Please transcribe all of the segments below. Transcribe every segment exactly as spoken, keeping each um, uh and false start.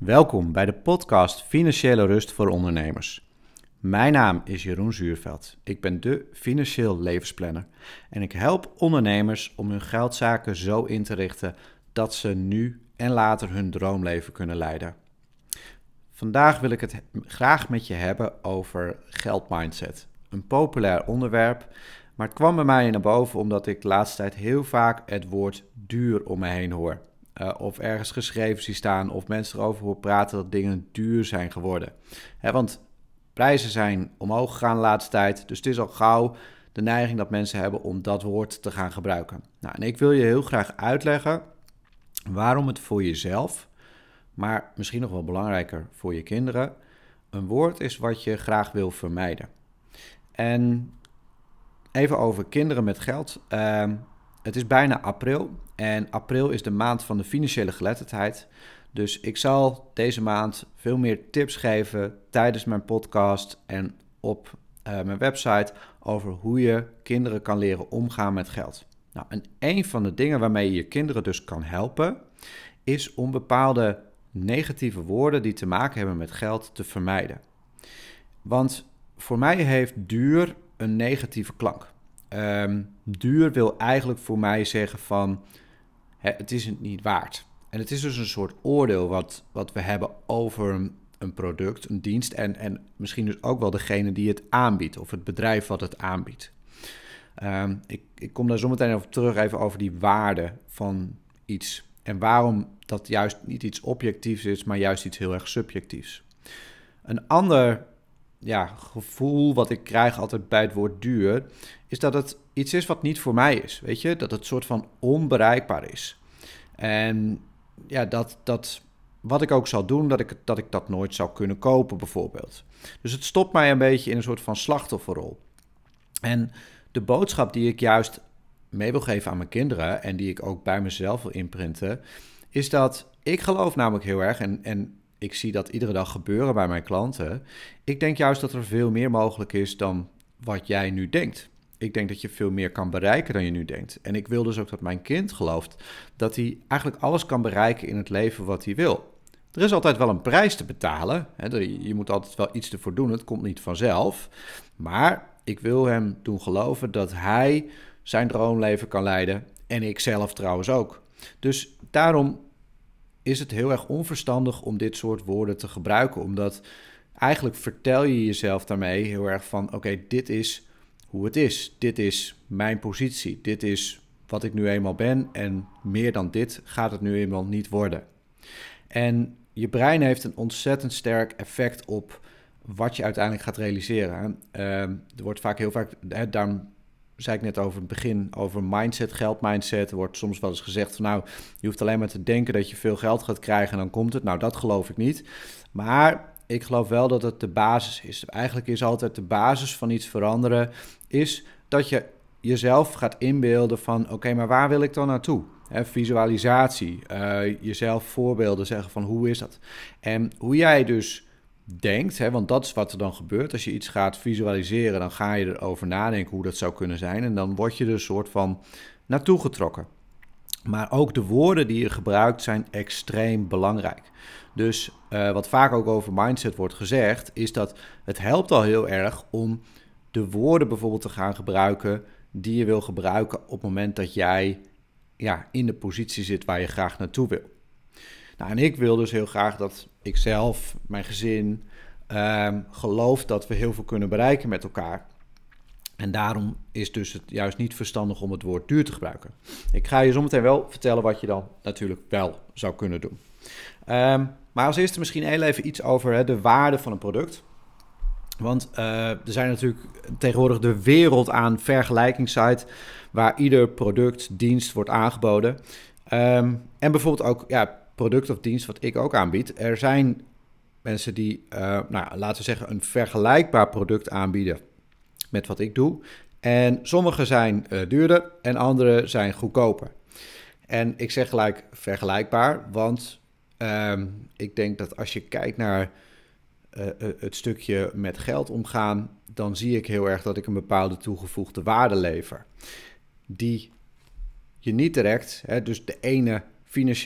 Welkom bij de podcast Financiële Rust voor Ondernemers. Mijn naam is Jeroen Zuurveld. Ik ben de financieel levensplanner en ik help ondernemers om hun geldzaken zo in te richten dat ze nu en later hun droomleven kunnen leiden. Vandaag wil ik het graag met je hebben over geldmindset. Een populair onderwerp, maar het kwam bij mij naar boven omdat ik de laatste tijd heel vaak het woord duur om me heen hoor. Uh, of ergens geschreven zie staan of mensen erover horen praten dat dingen duur zijn geworden. He, want prijzen zijn omhoog gegaan de laatste tijd, dus het is al gauw de neiging dat mensen hebben om dat woord te gaan gebruiken. Nou, en ik wil je heel graag uitleggen waarom het voor jezelf, maar misschien nog wel belangrijker voor je kinderen, een woord is wat je graag wil vermijden. En even over kinderen met geld. Uh, het is bijna april en april is de maand van de financiële geletterdheid. Dus ik zal deze maand veel meer tips geven tijdens mijn podcast en op uh, mijn website over hoe je kinderen kan leren omgaan met geld. Nou, en een van de dingen waarmee je je kinderen dus kan helpen, is om bepaalde negatieve woorden die te maken hebben met geld te vermijden. Want voor mij heeft duur een negatieve klank. Um, duur wil eigenlijk voor mij zeggen van, hè, het is het niet waard. En het is dus een soort oordeel wat, wat we hebben over een, een product, een dienst en, en misschien dus ook wel degene die het aanbiedt of het bedrijf wat het aanbiedt. Um, ik, ik kom daar zo meteen over terug, even over die waarde van iets en waarom dat juist niet iets objectiefs is, maar juist iets heel erg subjectiefs. Een ander ja, gevoel wat ik krijg altijd bij het woord duur, is dat het iets is wat niet voor mij is, weet je? Dat het soort van onbereikbaar is. En ja, dat, dat wat ik ook zal doen, dat ik, dat ik dat nooit zou kunnen kopen bijvoorbeeld. Dus het stopt mij een beetje in een soort van slachtofferrol. En de boodschap die ik juist mee wil geven aan mijn kinderen en die ik ook bij mezelf wil inprinten, is dat ik geloof namelijk heel erg, en, en ik zie dat iedere dag gebeuren bij mijn klanten. Ik denk juist dat er veel meer mogelijk is dan wat jij nu denkt. Ik denk dat je veel meer kan bereiken dan je nu denkt. En ik wil dus ook dat mijn kind gelooft dat hij eigenlijk alles kan bereiken in het leven wat hij wil. Er is altijd wel een prijs te betalen. Je moet altijd wel iets ervoor doen. Het komt niet vanzelf. Maar ik wil hem doen geloven dat hij zijn droomleven kan leiden. En ik zelf trouwens ook. Dus daarom is het heel erg onverstandig om dit soort woorden te gebruiken. Omdat eigenlijk vertel je jezelf daarmee heel erg van, oké, okay, dit is hoe het is. Dit is mijn positie. Dit is wat ik nu eenmaal ben. En meer dan dit gaat het nu eenmaal niet worden. En je brein heeft een ontzettend sterk effect op wat je uiteindelijk gaat realiseren. Uh, er wordt vaak heel vaak, hè, daarom zei ik net over het begin, over mindset, geldmindset. Er wordt soms wel eens gezegd van nou, je hoeft alleen maar te denken dat je veel geld gaat krijgen en dan komt het. Nou, dat geloof ik niet. Maar ik geloof wel dat het de basis is. Eigenlijk is altijd de basis van iets veranderen, is dat je jezelf gaat inbeelden van oké, okay, maar waar wil ik dan naartoe? He, visualisatie, uh, jezelf voorbeelden, zeggen van hoe is dat? En hoe jij dus denkt, hè, want dat is wat er dan gebeurt. Als je iets gaat visualiseren, dan ga je erover nadenken hoe dat zou kunnen zijn. En dan word je er een soort van naartoe getrokken. Maar ook de woorden die je gebruikt zijn extreem belangrijk. Dus uh, wat vaak ook over mindset wordt gezegd, is dat het helpt al heel erg om de woorden bijvoorbeeld te gaan gebruiken die je wil gebruiken op het moment dat jij ja, in de positie zit waar je graag naartoe wil. Nou, en ik wil dus heel graag dat ik zelf, mijn gezin, uh, geloof dat we heel veel kunnen bereiken met elkaar. En daarom is dus het juist niet verstandig om het woord duur te gebruiken. Ik ga je zometeen wel vertellen wat je dan natuurlijk wel zou kunnen doen. Um, maar als eerste misschien heel even iets over hè, de waarde van een product. Want uh, er zijn natuurlijk tegenwoordig de wereld aan vergelijkingssites waar ieder product, dienst wordt aangeboden. Um, en bijvoorbeeld ook ja, product of dienst wat ik ook aanbied. Er zijn mensen die, uh, nou, laten we zeggen, een vergelijkbaar product aanbieden met wat ik doe. En sommige zijn uh, duurder en andere zijn goedkoper. En ik zeg gelijk vergelijkbaar, want um, ik denk dat als je kijkt naar uh, het stukje met geld omgaan, dan zie ik heel erg dat ik een bepaalde toegevoegde waarde lever. Die je niet direct, hè, dus de ene financieel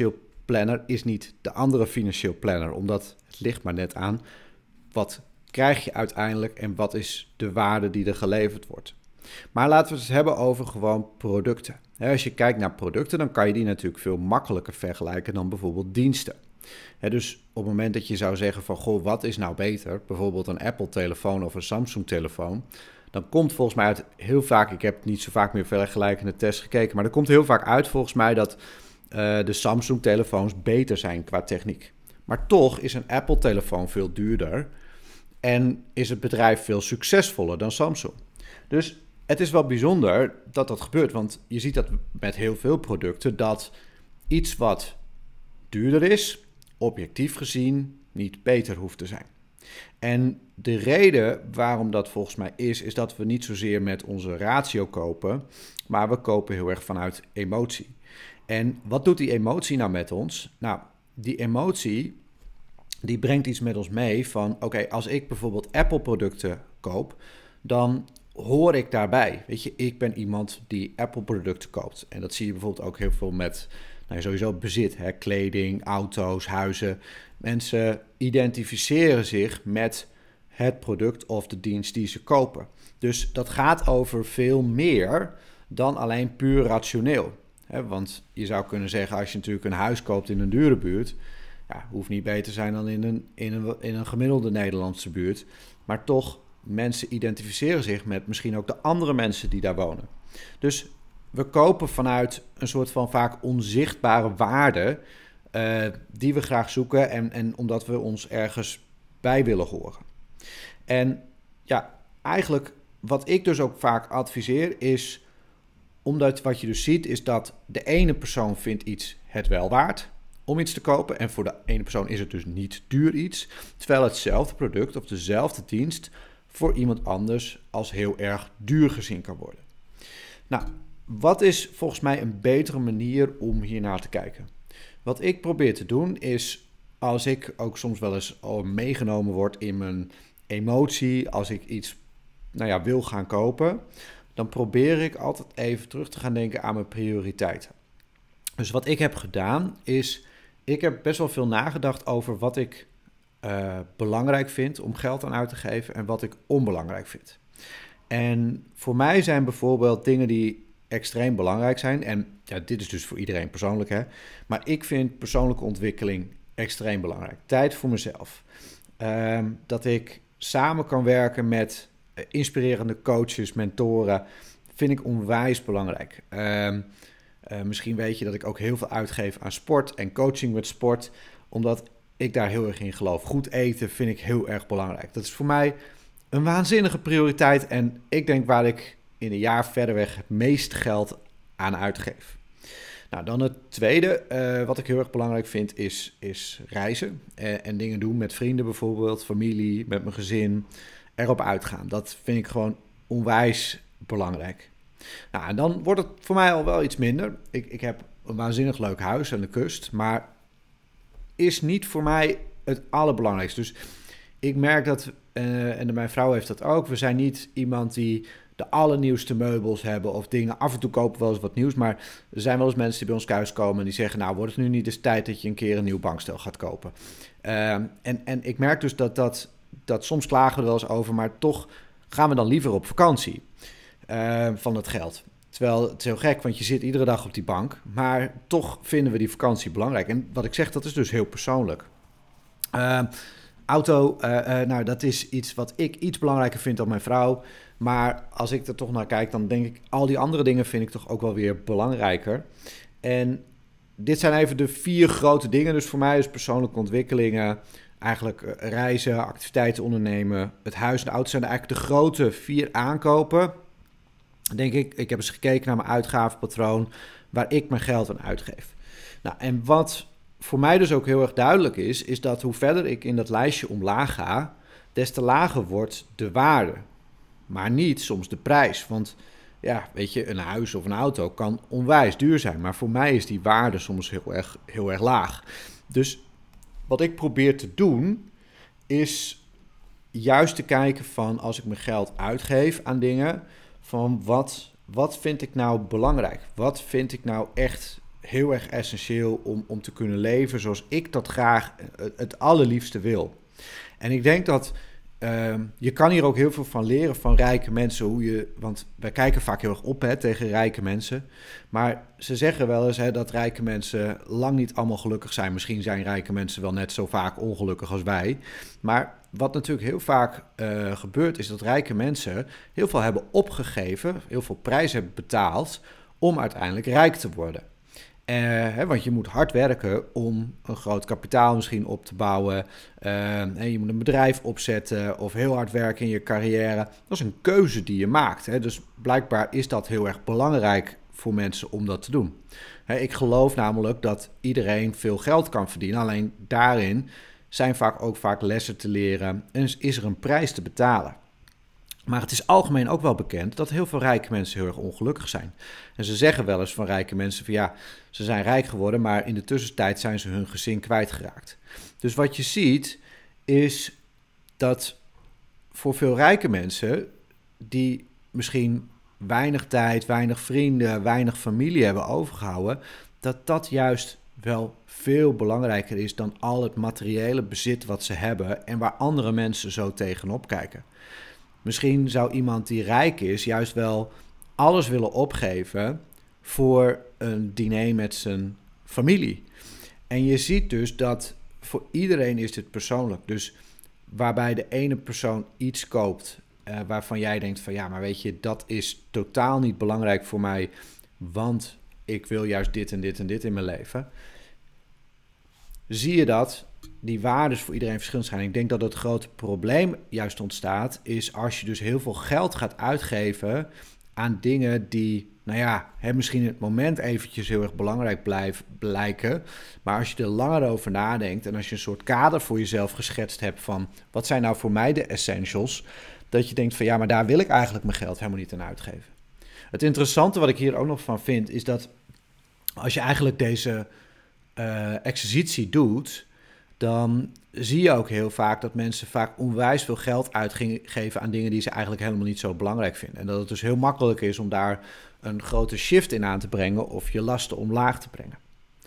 planner is niet de andere financieel planner, omdat het ligt maar net aan wat krijg je uiteindelijk en wat is de waarde die er geleverd wordt. Maar laten we het eens hebben over gewoon producten. Als je kijkt naar producten, dan kan je die natuurlijk veel makkelijker vergelijken dan bijvoorbeeld diensten. Dus op het moment dat je zou zeggen van, goh, wat is nou beter? Bijvoorbeeld een Apple-telefoon of een Samsung-telefoon. Dan komt volgens mij uit heel vaak, ik heb niet zo vaak meer vergelijkende tests gekeken, maar er komt heel vaak uit volgens mij dat uh, de Samsung-telefoons beter zijn qua techniek. Maar toch is een Apple-telefoon veel duurder en is het bedrijf veel succesvoller dan Samsung. Dus het is wel bijzonder dat dat gebeurt, want je ziet dat met heel veel producten dat iets wat duurder is, objectief gezien, niet beter hoeft te zijn. En de reden waarom dat volgens mij is, is dat we niet zozeer met onze ratio kopen, maar we kopen heel erg vanuit emotie. En wat doet die emotie nou met ons? Nou, die emotie, die brengt iets met ons mee van, oké, okay, als ik bijvoorbeeld Apple-producten koop, dan hoor ik daarbij. Weet je, ik ben iemand die Apple-producten koopt. En dat zie je bijvoorbeeld ook heel veel met, nou, sowieso bezit, hè, kleding, auto's, huizen. Mensen identificeren zich met het product of de dienst die ze kopen. Dus dat gaat over veel meer dan alleen puur rationeel. Hè, want je zou kunnen zeggen, als je natuurlijk een huis koopt in een dure buurt, ja, hoeft niet beter te zijn dan in een, in een, in een gemiddelde Nederlandse buurt. Maar toch, mensen identificeren zich met misschien ook de andere mensen die daar wonen. Dus we kopen vanuit een soort van vaak onzichtbare waarde uh, die we graag zoeken en, en omdat we ons ergens bij willen horen. En ja, eigenlijk wat ik dus ook vaak adviseer is, omdat wat je dus ziet is dat de ene persoon vindt iets het wel waard om iets te kopen en voor de ene persoon is het dus niet duur iets, terwijl hetzelfde product of dezelfde dienst voor iemand anders als heel erg duur gezien kan worden. Nou, wat is volgens mij een betere manier om hiernaar te kijken? Wat ik probeer te doen is, als ik ook soms wel eens al meegenomen word in mijn emotie, als ik iets nou ja, wil gaan kopen, dan probeer ik altijd even terug te gaan denken aan mijn prioriteiten. Dus wat ik heb gedaan is, ik heb best wel veel nagedacht over wat ik uh, belangrijk vind om geld aan uit te geven en wat ik onbelangrijk vind. En voor mij zijn bijvoorbeeld dingen die extreem belangrijk zijn. En ja, dit is dus voor iedereen persoonlijk, hè. Maar ik vind persoonlijke ontwikkeling extreem belangrijk. Tijd voor mezelf. Uh, dat ik samen kan werken met uh, inspirerende coaches, mentoren, vind ik onwijs belangrijk. Uh, uh, misschien weet je dat ik ook heel veel uitgeef aan sport en coaching met sport, omdat ik daar heel erg in geloof. Goed eten vind ik heel erg belangrijk. Dat is voor mij een waanzinnige prioriteit en ik denk waar ik in een jaar verderweg het meest geld aan uitgeef. Nou, dan het tweede, uh, wat ik heel erg belangrijk vind, is, is reizen. Uh, en dingen doen met vrienden bijvoorbeeld, familie, met mijn gezin, erop uitgaan. Dat vind ik gewoon onwijs belangrijk. Nou, en dan wordt het voor mij al wel iets minder. Ik, ik heb een waanzinnig leuk huis aan de kust, maar is niet voor mij het allerbelangrijkste. Dus ik merk dat, uh, en mijn vrouw heeft dat ook, we zijn niet iemand die de allernieuwste meubels hebben of dingen. Af en toe kopen we wel eens wat nieuws, maar er zijn wel eens mensen die bij ons thuis komen en die zeggen, nou, wordt het nu niet eens tijd dat je een keer een nieuw bankstel gaat kopen? Uh, en, en ik merk dus dat, dat, dat soms klagen we er wel eens over, maar toch gaan we dan liever op vakantie uh, van het geld. Terwijl het is heel gek, want je zit iedere dag op die bank, maar toch vinden we die vakantie belangrijk. En wat ik zeg, dat is dus heel persoonlijk. Uh, auto, uh, uh, nou, dat is iets wat ik iets belangrijker vind dan mijn vrouw. Maar als ik er toch naar kijk, dan denk ik, al die andere dingen vind ik toch ook wel weer belangrijker. En dit zijn even de vier grote dingen. Dus voor mij is persoonlijke ontwikkelingen, eigenlijk uh, reizen, activiteiten ondernemen, het huis en de auto zijn eigenlijk de grote vier aankopen. Denk ik, ik heb eens gekeken naar mijn uitgavenpatroon, waar ik mijn geld aan uitgeef. Nou, en wat voor mij dus ook heel erg duidelijk is, is dat hoe verder ik in dat lijstje omlaag ga, des te lager wordt de waarde. Maar niet soms de prijs. Want ja, weet je, een huis of een auto kan onwijs duur zijn. Maar voor mij is die waarde soms heel erg, heel erg laag. Dus wat ik probeer te doen, is juist te kijken van als ik mijn geld uitgeef aan dingen, van wat, wat vind ik nou belangrijk? Wat vind ik nou echt heel erg essentieel om, om te kunnen leven zoals ik dat graag het, het allerliefste wil. En ik denk dat uh, je kan hier ook heel veel van leren van rijke mensen. Hoe je, want wij kijken vaak heel erg op hè, tegen rijke mensen. Maar ze zeggen wel eens hè, dat rijke mensen lang niet allemaal gelukkig zijn. Misschien zijn rijke mensen wel net zo vaak ongelukkig als wij. Maar wat natuurlijk heel vaak uh, gebeurt is dat rijke mensen heel veel hebben opgegeven, heel veel prijs hebben betaald om uiteindelijk rijk te worden. Uh, hè, want je moet hard werken om een groot kapitaal misschien op te bouwen. Uh, je moet een bedrijf opzetten of heel hard werken in je carrière. Dat is een keuze die je maakt. Hè. Dus blijkbaar is dat heel erg belangrijk voor mensen om dat te doen. Hè, ik geloof namelijk dat iedereen veel geld kan verdienen. Alleen daarin zijn vaak ook vaak lessen te leren en is er een prijs te betalen. Maar het is algemeen ook wel bekend dat heel veel rijke mensen heel erg ongelukkig zijn. En ze zeggen wel eens van rijke mensen van ja, ze zijn rijk geworden, maar in de tussentijd zijn ze hun gezin kwijtgeraakt. Dus wat je ziet is dat voor veel rijke mensen die misschien weinig tijd, weinig vrienden, weinig familie hebben overgehouden, dat dat juist wel veel belangrijker is dan al het materiële bezit wat ze hebben en waar andere mensen zo tegenop kijken. Misschien zou iemand die rijk is juist wel alles willen opgeven voor een diner met zijn familie. En je ziet dus dat voor iedereen is dit persoonlijk. Dus waarbij de ene persoon iets koopt uh, waarvan jij denkt van ja, maar weet je, dat is totaal niet belangrijk voor mij, want ik wil juist dit en dit en dit in mijn leven. Zie je dat die waardes voor iedereen verschillend zijn. Ik denk dat het grote probleem juist ontstaat is als je dus heel veel geld gaat uitgeven aan dingen die, nou ja, hè, misschien in het moment eventjes heel erg belangrijk blijf, blijken. Maar als je er langer over nadenkt en als je een soort kader voor jezelf geschetst hebt van wat zijn nou voor mij de essentials, dat je denkt van ja, maar daar wil ik eigenlijk mijn geld helemaal niet aan uitgeven. Het interessante wat ik hier ook nog van vind is dat als je eigenlijk deze uh, exercitie doet, dan zie je ook heel vaak dat mensen vaak onwijs veel geld uitgeven aan dingen die ze eigenlijk helemaal niet zo belangrijk vinden. En dat het dus heel makkelijk is om daar een grote shift in aan te brengen of je lasten omlaag te brengen.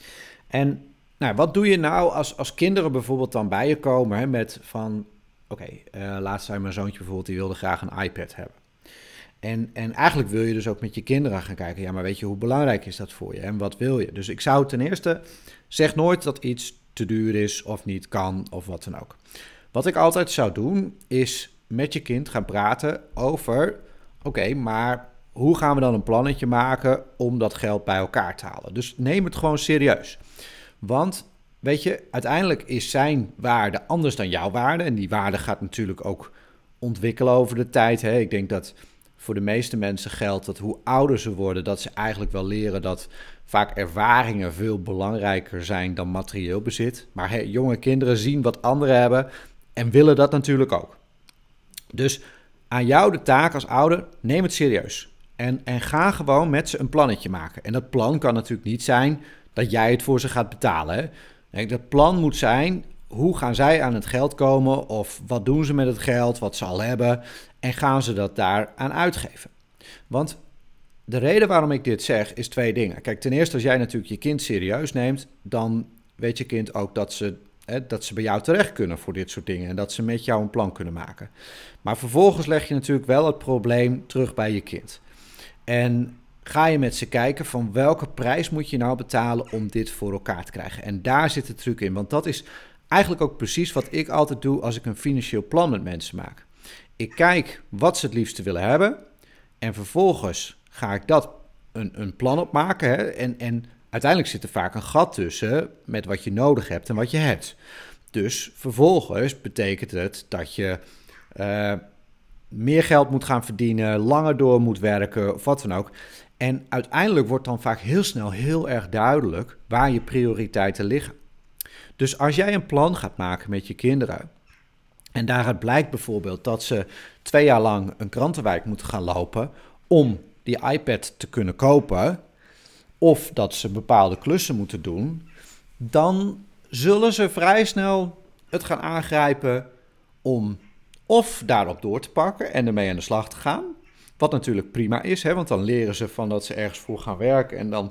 En nou, wat doe je nou als, als kinderen bijvoorbeeld dan bij je komen hè, met van, oké, okay, uh, laatst zei mijn zoontje bijvoorbeeld, die wilde graag een iPad hebben. En, en eigenlijk wil je dus ook met je kinderen gaan kijken, ja, maar weet je, hoe belangrijk is dat voor je en wat wil je? Dus ik zou ten eerste, zeg nooit dat iets te duur is of niet kan of wat dan ook. Wat ik altijd zou doen is met je kind gaan praten over, oké, okay, maar hoe gaan we dan een plannetje maken om dat geld bij elkaar te halen? Dus neem het gewoon serieus. Want weet je, uiteindelijk is zijn waarde anders dan jouw waarde en die waarde gaat natuurlijk ook ontwikkelen over de tijd. Hè? Ik denk dat voor de meeste mensen geldt dat hoe ouder ze worden, dat ze eigenlijk wel leren dat vaak ervaringen veel belangrijker zijn dan materieel bezit. Maar hey, jonge kinderen zien wat anderen hebben en willen dat natuurlijk ook. Dus aan jou de taak als ouder, neem het serieus. En, en ga gewoon met ze een plannetje maken. En dat plan kan natuurlijk niet zijn dat jij het voor ze gaat betalen. Hè? Nee, dat plan moet zijn, hoe gaan zij aan het geld komen? Of wat doen ze met het geld, wat ze al hebben? En gaan ze dat daar aan uitgeven? Want de reden waarom ik dit zeg is twee dingen. Kijk, ten eerste als jij natuurlijk je kind serieus neemt, dan weet je kind ook dat ze, hè, dat ze bij jou terecht kunnen voor dit soort dingen. En dat ze met jou een plan kunnen maken. Maar vervolgens leg je natuurlijk wel het probleem terug bij je kind. En ga je met ze kijken van welke prijs moet je nou betalen om dit voor elkaar te krijgen. En daar zit de truc in, want dat is eigenlijk ook precies wat ik altijd doe als ik een financieel plan met mensen maak. Ik kijk wat ze het liefste willen hebben en vervolgens ga ik dat een, een plan opmaken. Hè? En, en uiteindelijk zit er vaak een gat tussen met wat je nodig hebt en wat je hebt. Dus vervolgens betekent het dat je uh, meer geld moet gaan verdienen, langer door moet werken of wat dan ook. En uiteindelijk wordt dan vaak heel snel heel erg duidelijk waar je prioriteiten liggen. Dus als jij een plan gaat maken met je kinderen en daaruit blijkt bijvoorbeeld dat ze twee jaar lang een krantenwijk moeten gaan lopen om die iPad te kunnen kopen, of dat ze bepaalde klussen moeten doen, dan zullen ze vrij snel het gaan aangrijpen om of daarop door te pakken en ermee aan de slag te gaan. Wat natuurlijk prima is, hè, want dan leren ze van dat ze ergens voor gaan werken en dan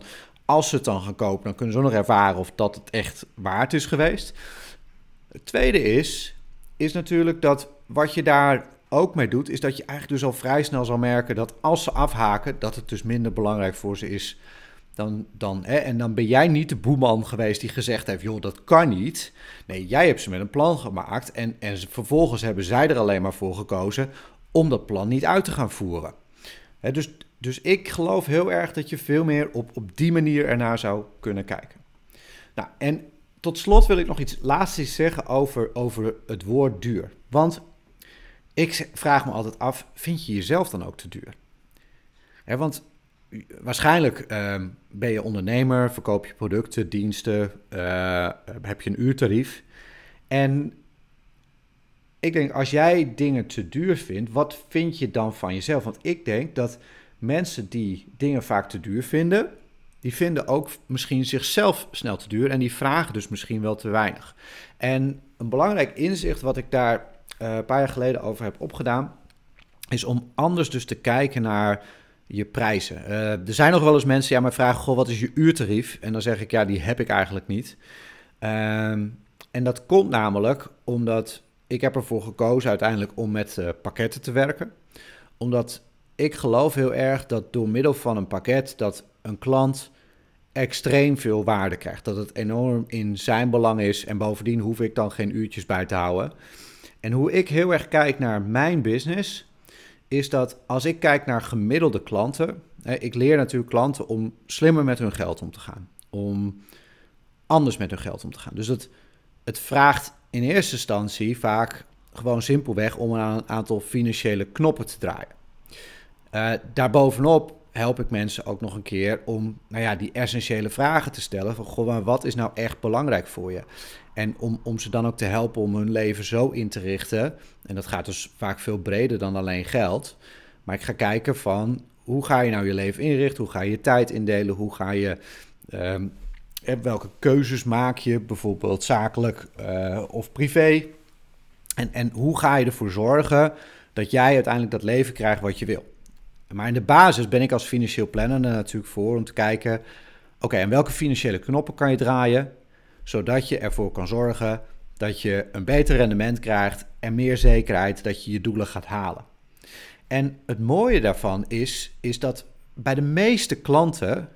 als ze het dan gaan kopen, dan kunnen ze ook nog ervaren of dat het echt waard is geweest. Het tweede is, is natuurlijk dat wat je daar ook mee doet, is dat je eigenlijk dus al vrij snel zal merken dat als ze afhaken, dat het dus minder belangrijk voor ze is dan... dan hè, en dan ben jij niet de boeman geweest die gezegd heeft, joh, dat kan niet. Nee, jij hebt ze met een plan gemaakt en, en vervolgens hebben zij er alleen maar voor gekozen om dat plan niet uit te gaan voeren. Hè, dus, dus ik geloof heel erg dat je veel meer op, op die manier ernaar zou kunnen kijken. Nou, en tot slot wil ik nog iets laatsts zeggen over, over het woord duur. Want ik vraag me altijd af, vind je jezelf dan ook te duur? Hè, want waarschijnlijk uh, ben je ondernemer, verkoop je producten, diensten, uh, heb je een uurtarief. En ik denk, als jij dingen te duur vindt, wat vind je dan van jezelf? Want ik denk dat mensen die dingen vaak te duur vinden, die vinden ook misschien zichzelf snel te duur en die vragen dus misschien wel te weinig. En een belangrijk inzicht wat ik daar uh, een paar jaar geleden over heb opgedaan, is om anders dus te kijken naar je prijzen. Uh, er zijn nog wel eens mensen die aan mij vragen, goh, wat is je uurtarief? En dan zeg ik, ja, die heb ik eigenlijk niet. Um, en dat komt namelijk omdat ik heb ervoor gekozen uiteindelijk om met uh, pakketten te werken. Omdat ik geloof heel erg dat door middel van een pakket dat een klant extreem veel waarde krijgt. Dat het enorm in zijn belang is en bovendien hoef ik dan geen uurtjes bij te houden. En hoe ik heel erg kijk naar mijn business, is dat als ik kijk naar gemiddelde klanten, hè, ik leer natuurlijk klanten om slimmer met hun geld om te gaan. Om anders met hun geld om te gaan. Dus het, het vraagt in eerste instantie vaak gewoon simpelweg om een aantal financiële knoppen te draaien. Uh, daarbovenop help ik mensen ook nog een keer om nou ja, die essentiële vragen te stellen. Van, goh, maar wat is nou echt belangrijk voor je? En om, om ze dan ook te helpen om hun leven zo in te richten. En dat gaat dus vaak veel breder dan alleen geld. Maar ik ga kijken van, hoe ga je nou je leven inrichten? Hoe ga je je tijd indelen? Hoe ga je... Um, welke keuzes maak je, bijvoorbeeld zakelijk uh, of privé? En, en hoe ga je ervoor zorgen dat jij uiteindelijk dat leven krijgt wat je wil? Maar in de basis ben ik als financieel planner er natuurlijk voor om te kijken, oké, okay, en welke financiële knoppen kan je draaien, zodat je ervoor kan zorgen dat je een beter rendement krijgt en meer zekerheid dat je je doelen gaat halen. En het mooie daarvan is, is dat bij de meeste klanten,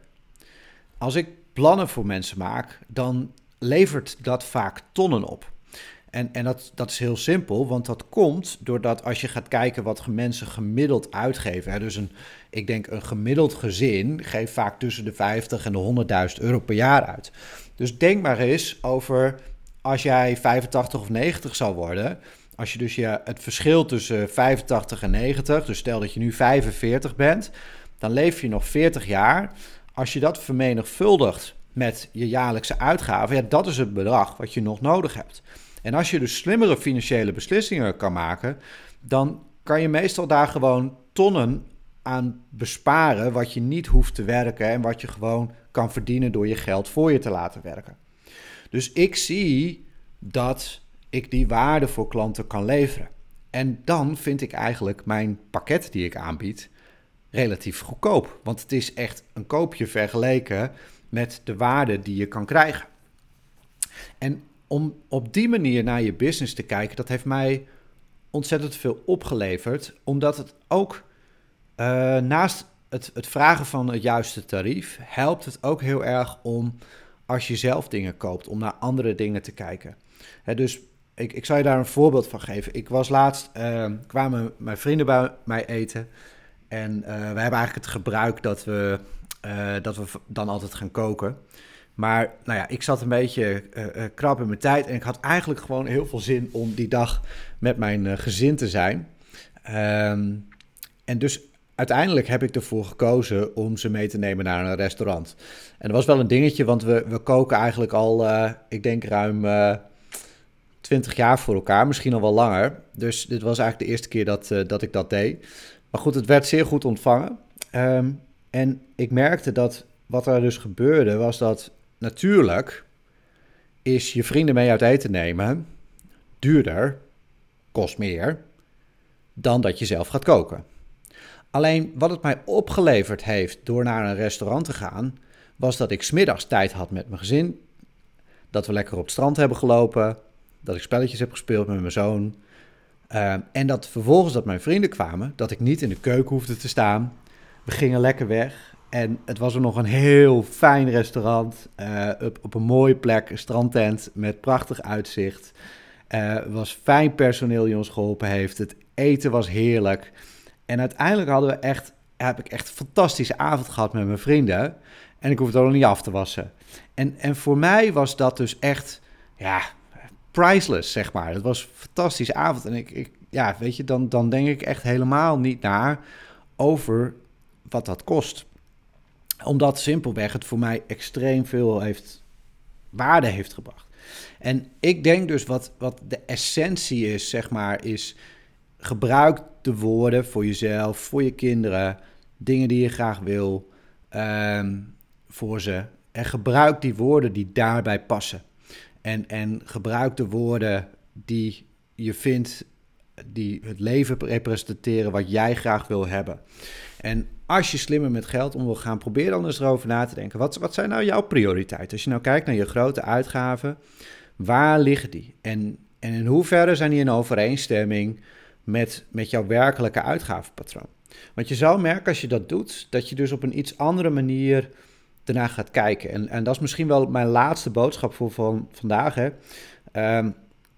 als ik plannen voor mensen maak, dan levert dat vaak tonnen op. En, en dat, dat is heel simpel, want dat komt doordat als je gaat kijken wat mensen gemiddeld uitgeven. Hè, dus een, ik denk een gemiddeld gezin geeft vaak tussen de vijftig en de honderdduizend euro per jaar uit. Dus denk maar eens over als jij vijfentachtig of negentig zou worden. Als je dus je, het verschil tussen vijfentachtig en negentig, dus stel dat je nu vijfenveertig bent, dan leef je nog veertig jaar. Als je dat vermenigvuldigt met je jaarlijkse uitgaven, ja, dat is het bedrag wat je nog nodig hebt. En als je dus slimmere financiële beslissingen kan maken, dan kan je meestal daar gewoon tonnen aan besparen wat je niet hoeft te werken en wat je gewoon kan verdienen door je geld voor je te laten werken. Dus ik zie dat ik die waarde voor klanten kan leveren. En dan vind ik eigenlijk mijn pakket die ik aanbied relatief goedkoop. Want het is echt een koopje vergeleken met de waarde die je kan krijgen. En om op die manier naar je business te kijken, dat heeft mij ontzettend veel opgeleverd. Omdat het ook uh, naast het, het vragen van het juiste tarief, helpt het ook heel erg om, als je zelf dingen koopt, om naar andere dingen te kijken. Hè, dus ik, ik zal je daar een voorbeeld van geven. Ik was laatst, uh, kwamen mijn vrienden bij mij eten. En uh, we hebben eigenlijk het gebruik dat we, uh, dat we dan altijd gaan koken. Maar nou ja, ik zat een beetje uh, uh, krap in mijn tijd. En ik had eigenlijk gewoon heel veel zin om die dag met mijn uh, gezin te zijn. Um, en dus uiteindelijk heb ik ervoor gekozen om ze mee te nemen naar een restaurant. En dat was wel een dingetje, want we, we koken eigenlijk al, uh, ik denk ruim uh, twintig jaar voor elkaar. Misschien al wel langer. Dus dit was eigenlijk de eerste keer dat, uh, dat ik dat deed. Maar goed, het werd zeer goed ontvangen. Um, en ik merkte dat wat er dus gebeurde, was dat natuurlijk is je vrienden mee uit eten nemen duurder, kost meer, dan dat je zelf gaat koken. Alleen wat het mij opgeleverd heeft door naar een restaurant te gaan, was dat ik 's middags tijd had met mijn gezin. Dat we lekker op het strand hebben gelopen. Dat ik spelletjes heb gespeeld met mijn zoon. Uh, en dat vervolgens dat mijn vrienden kwamen, dat ik niet in de keuken hoefde te staan. We gingen lekker weg. En het was er nog een heel fijn restaurant. Uh, op, op een mooie plek, een strandtent met prachtig uitzicht. Uh, het was fijn personeel die ons geholpen heeft. Het eten was heerlijk. En uiteindelijk hadden we echt, heb ik echt een fantastische avond gehad met mijn vrienden. En ik hoefde het ook niet af te wassen. En, en voor mij was dat dus echt, ja, priceless, zeg maar. Het was een fantastische avond. En ik, ik ja, weet je, dan, dan denk ik echt helemaal niet na over wat dat kost. Omdat simpelweg het voor mij extreem veel heeft, waarde heeft gebracht. En ik denk dus wat, wat de essentie is, zeg maar, is gebruik de woorden voor jezelf, voor je kinderen, dingen die je graag wil, um, voor ze. En gebruik die woorden die daarbij passen. En, en gebruik de woorden die je vindt, die het leven representeren wat jij graag wil hebben. En als je slimmer met geld om wil gaan, probeer dan eens erover na te denken. Wat, wat zijn nou jouw prioriteiten? Als je nou kijkt naar je grote uitgaven, waar liggen die? En, en in hoeverre zijn die in overeenstemming met, met jouw werkelijke uitgavenpatroon? Want je zal merken als je dat doet, dat je dus op een iets andere manier daarna gaat kijken. En, en dat is misschien wel mijn laatste boodschap voor van vandaag. Hè. Um,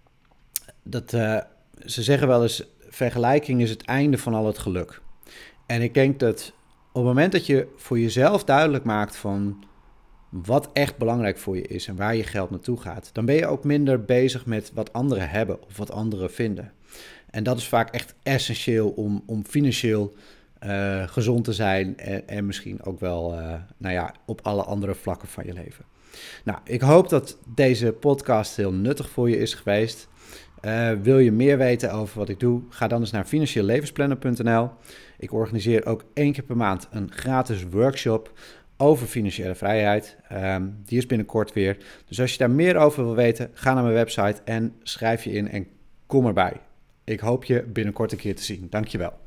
dat, uh, ze zeggen wel eens, vergelijking is het einde van al het geluk. En ik denk dat op het moment dat je voor jezelf duidelijk maakt van wat echt belangrijk voor je is en waar je geld naartoe gaat, dan ben je ook minder bezig met wat anderen hebben of wat anderen vinden. En dat is vaak echt essentieel om, om financieel uh, gezond te zijn en, en misschien ook wel uh, nou ja, op alle andere vlakken van je leven. Nou, ik hoop dat deze podcast heel nuttig voor je is geweest. Uh, wil je meer weten over wat ik doe? Ga dan eens naar financieel levensplanner punt n l. Ik organiseer ook één keer per maand een gratis workshop over financiële vrijheid. Um, die is binnenkort weer. Dus als je daar meer over wil weten, ga naar mijn website en schrijf je in en kom erbij. Ik hoop je binnenkort een keer te zien. Dankjewel.